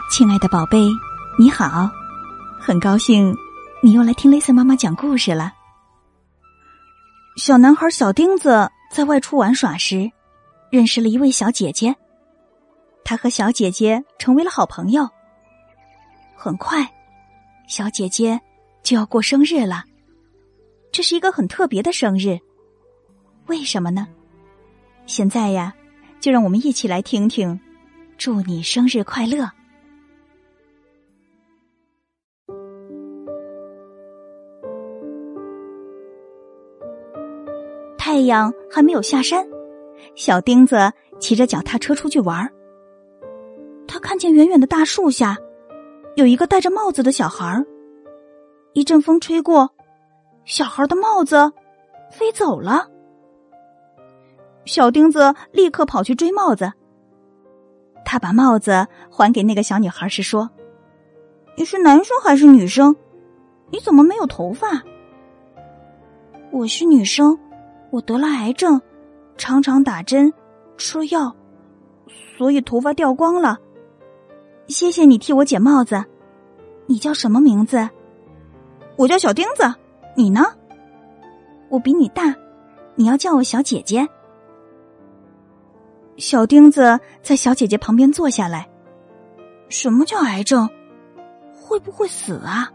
亲爱的宝贝，你好，很高兴你又来听雷森妈妈讲故事了。小男孩小钉子在外出玩耍时，认识了一位小姐姐，他和小姐姐成为了好朋友。很快，小姐姐就要过生日了，这是一个很特别的生日。为什么呢？现在呀，就让我们一起来听听，祝你生日快乐。太阳还没有下山，小钉子骑着脚踏车出去玩。他看见远远的大树下有一个戴着帽子的小孩，一阵风吹过，小孩的帽子飞走了。小钉子立刻跑去追帽子，他把帽子还给那个小女孩时说：“你是男生还是女生？你怎么没有头发？”“我是女生，我得了癌症，常常打针吃药，所以头发掉光了。谢谢你替我捡帽子。你叫什么名字？”“我叫小钉子，你呢？”“我比你大，你要叫我小姐姐。”小钉子在小姐姐旁边坐下来。“什么叫癌症？会不会死啊？”“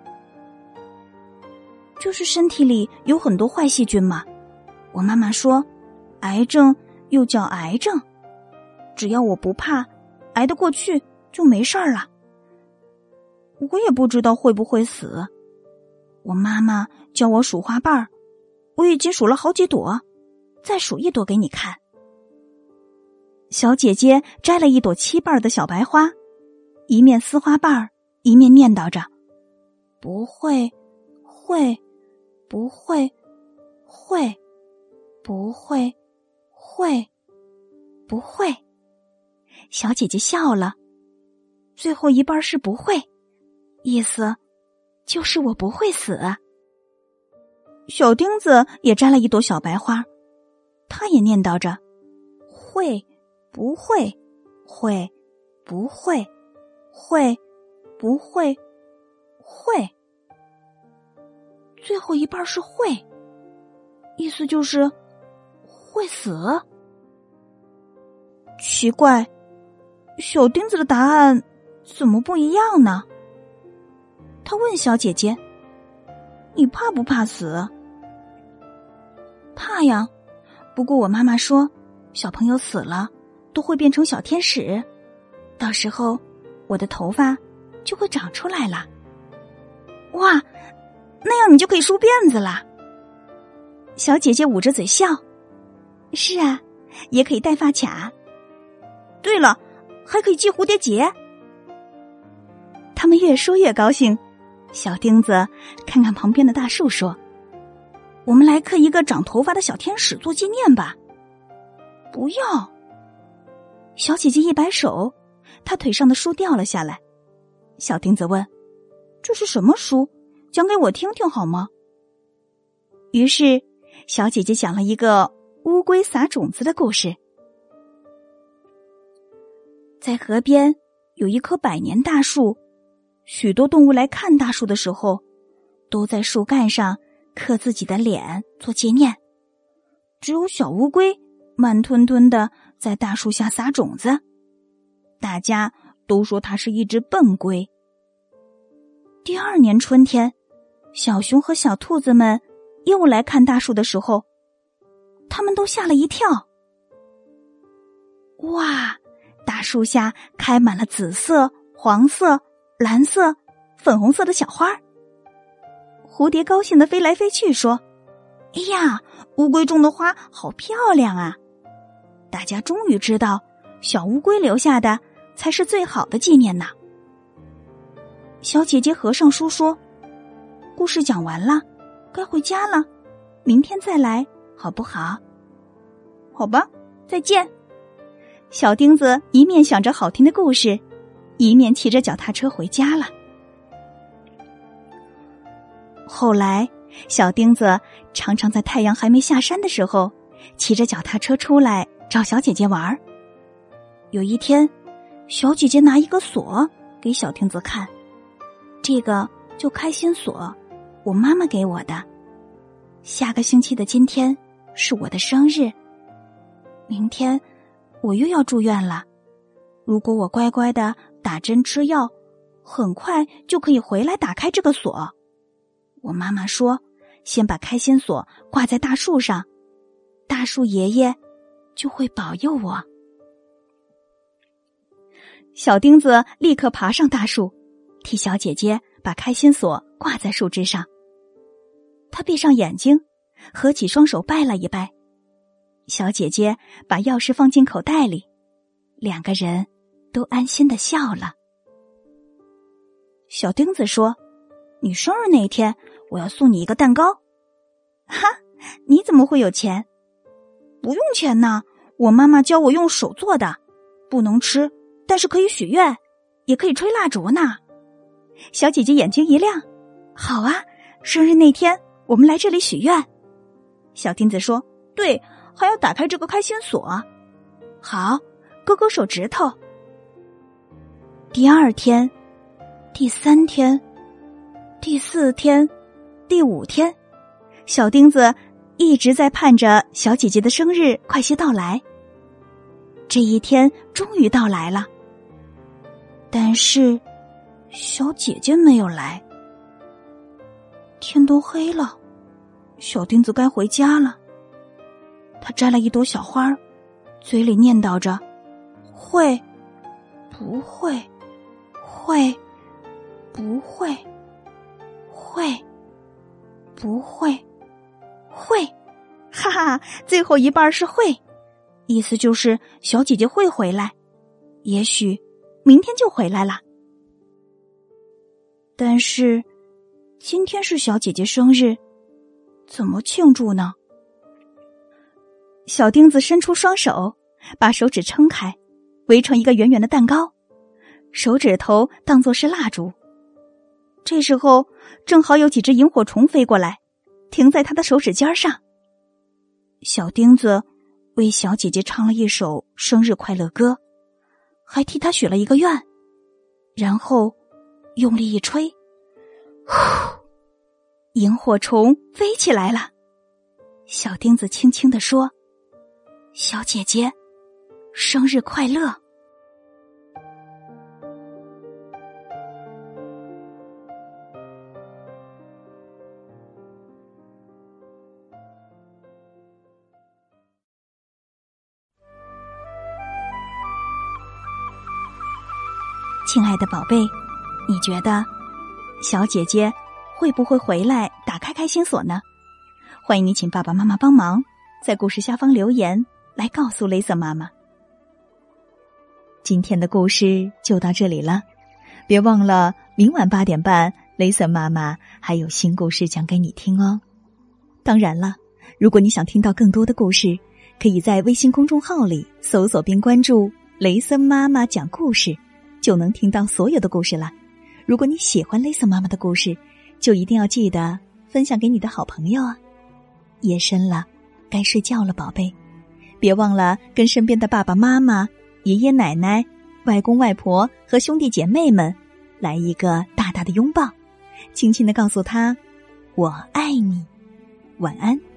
就是身体里有很多坏细菌嘛。我妈妈说，癌症又叫癌症，只要我不怕，挨得过去就没事儿了。我也不知道会不会死。我妈妈教我数花瓣儿，我已经数了好几朵，再数一朵给你看。”小姐姐摘了一朵7瓣的小白花，一面撕花瓣儿，一面念叨着：“不会，会，不会，会。不会，会，不会。”小姐姐笑了，最后一半是不会，意思就是我不会死。小钉子也摘了一朵小白花，他也念叨着：“会，不会，会，不会，会，不会，会。”最后一半是会，意思就是会死。奇怪，小钉子的答案怎么不一样呢？他问小姐姐：“你怕不怕死？”“怕呀，不过我妈妈说，小朋友死了都会变成小天使，到时候我的头发就会长出来了。”“哇，那样你就可以梳辫子了。”小姐姐捂着嘴笑。“是啊，也可以戴发卡。对了，还可以系蝴蝶结。”他们越说越高兴。小钉子看看旁边的大树说：“我们来刻一个长头发的小天使做纪念吧。”“不要！”小姐姐一摆手，她腿上的书掉了下来。小钉子问：“这是什么书？讲给我听听好吗？”于是小姐姐讲了一个乌龟撒种子的故事。在河边有一棵100年大树，许多动物来看大树的时候，都在树干上刻自己的脸做纪念。只有小乌龟慢吞吞的在大树下撒种子，大家都说它是一只笨龟。第2年春天，小熊和小兔子们又来看大树的时候，他们都吓了一跳。哇，大树下开满了紫色、黄色、蓝色、粉红色的小花。蝴蝶高兴地飞来飞去说：“哎呀，乌龟种的花好漂亮啊！”大家终于知道，小乌龟留下的才是最好的纪念呢。小姐姐合上书说：“故事讲完了，该回家了，明天再来好不好？”“好吧，再见。”小钉子一面想着好听的故事，一面骑着脚踏车回家了。后来，小钉子常常在太阳还没下山的时候，骑着脚踏车出来找小姐姐玩。有一天，小姐姐拿一个锁给小钉子看，这个就开心锁，我妈妈给我的。下个星期的今天是我的生日，明天我又要住院了。如果我乖乖的打针吃药，很快就可以回来打开这个锁。我妈妈说，先把开心锁挂在大树上，大树爷爷就会保佑我。小钉子立刻爬上大树，替小姐姐把开心锁挂在树枝上。他闭上眼睛，合起双手拜了一拜。小姐姐把钥匙放进口袋里，两个人都安心的笑了。小钉子说，你生日那天我要送你一个蛋糕。哈，你怎么会有钱？不用钱呢，我妈妈教我用手做的，不能吃，但是可以许愿，也可以吹蜡烛呢。小姐姐眼睛一亮，好啊，生日那天我们来这里许愿。小钉子说，对，还要打开这个开心锁。好，勾勾手指头。第2天，第3天，第4天，第5天，小钉子一直在盼着小姐姐的生日快些到来。这一天终于到来了，但是小姐姐没有来。天都黑了，小钉子该回家了。他摘了一朵小花，嘴里念叨着，会，不会，会，不会，会，不会，会，哈哈，最后一半是会，意思就是小姐姐会回来，也许明天就回来了。但是今天是小姐姐生日，怎么庆祝呢？小钉子伸出双手，把手指撑开，围成一个圆圆的蛋糕，手指头当作是蜡烛。这时候正好有几只萤火虫飞过来，停在他的手指尖上。小钉子为小姐姐唱了一首生日快乐歌，还替她许了一个愿，然后用力一吹，呼，萤火虫飞起来了。小钉子轻轻地说，小姐姐生日快乐。亲爱的宝贝，你觉得小姐姐会不会回来打开开心锁呢？欢迎你请爸爸妈妈帮忙，在故事下方留言来告诉雷瑟妈妈。今天的故事就到这里了，别忘了明晚8点半，雷瑟妈妈还有新故事讲给你听哦。当然了，如果你想听到更多的故事，可以在微信公众号里搜索并关注雷森妈妈讲故事，就能听到所有的故事了。如果你喜欢雷森妈妈的故事，就一定要记得分享给你的好朋友啊。夜深了，该睡觉了，宝贝，别忘了跟身边的爸爸妈妈、爷爷奶奶、外公外婆和兄弟姐妹们来一个大大的拥抱，轻轻地告诉他，我爱你，晚安。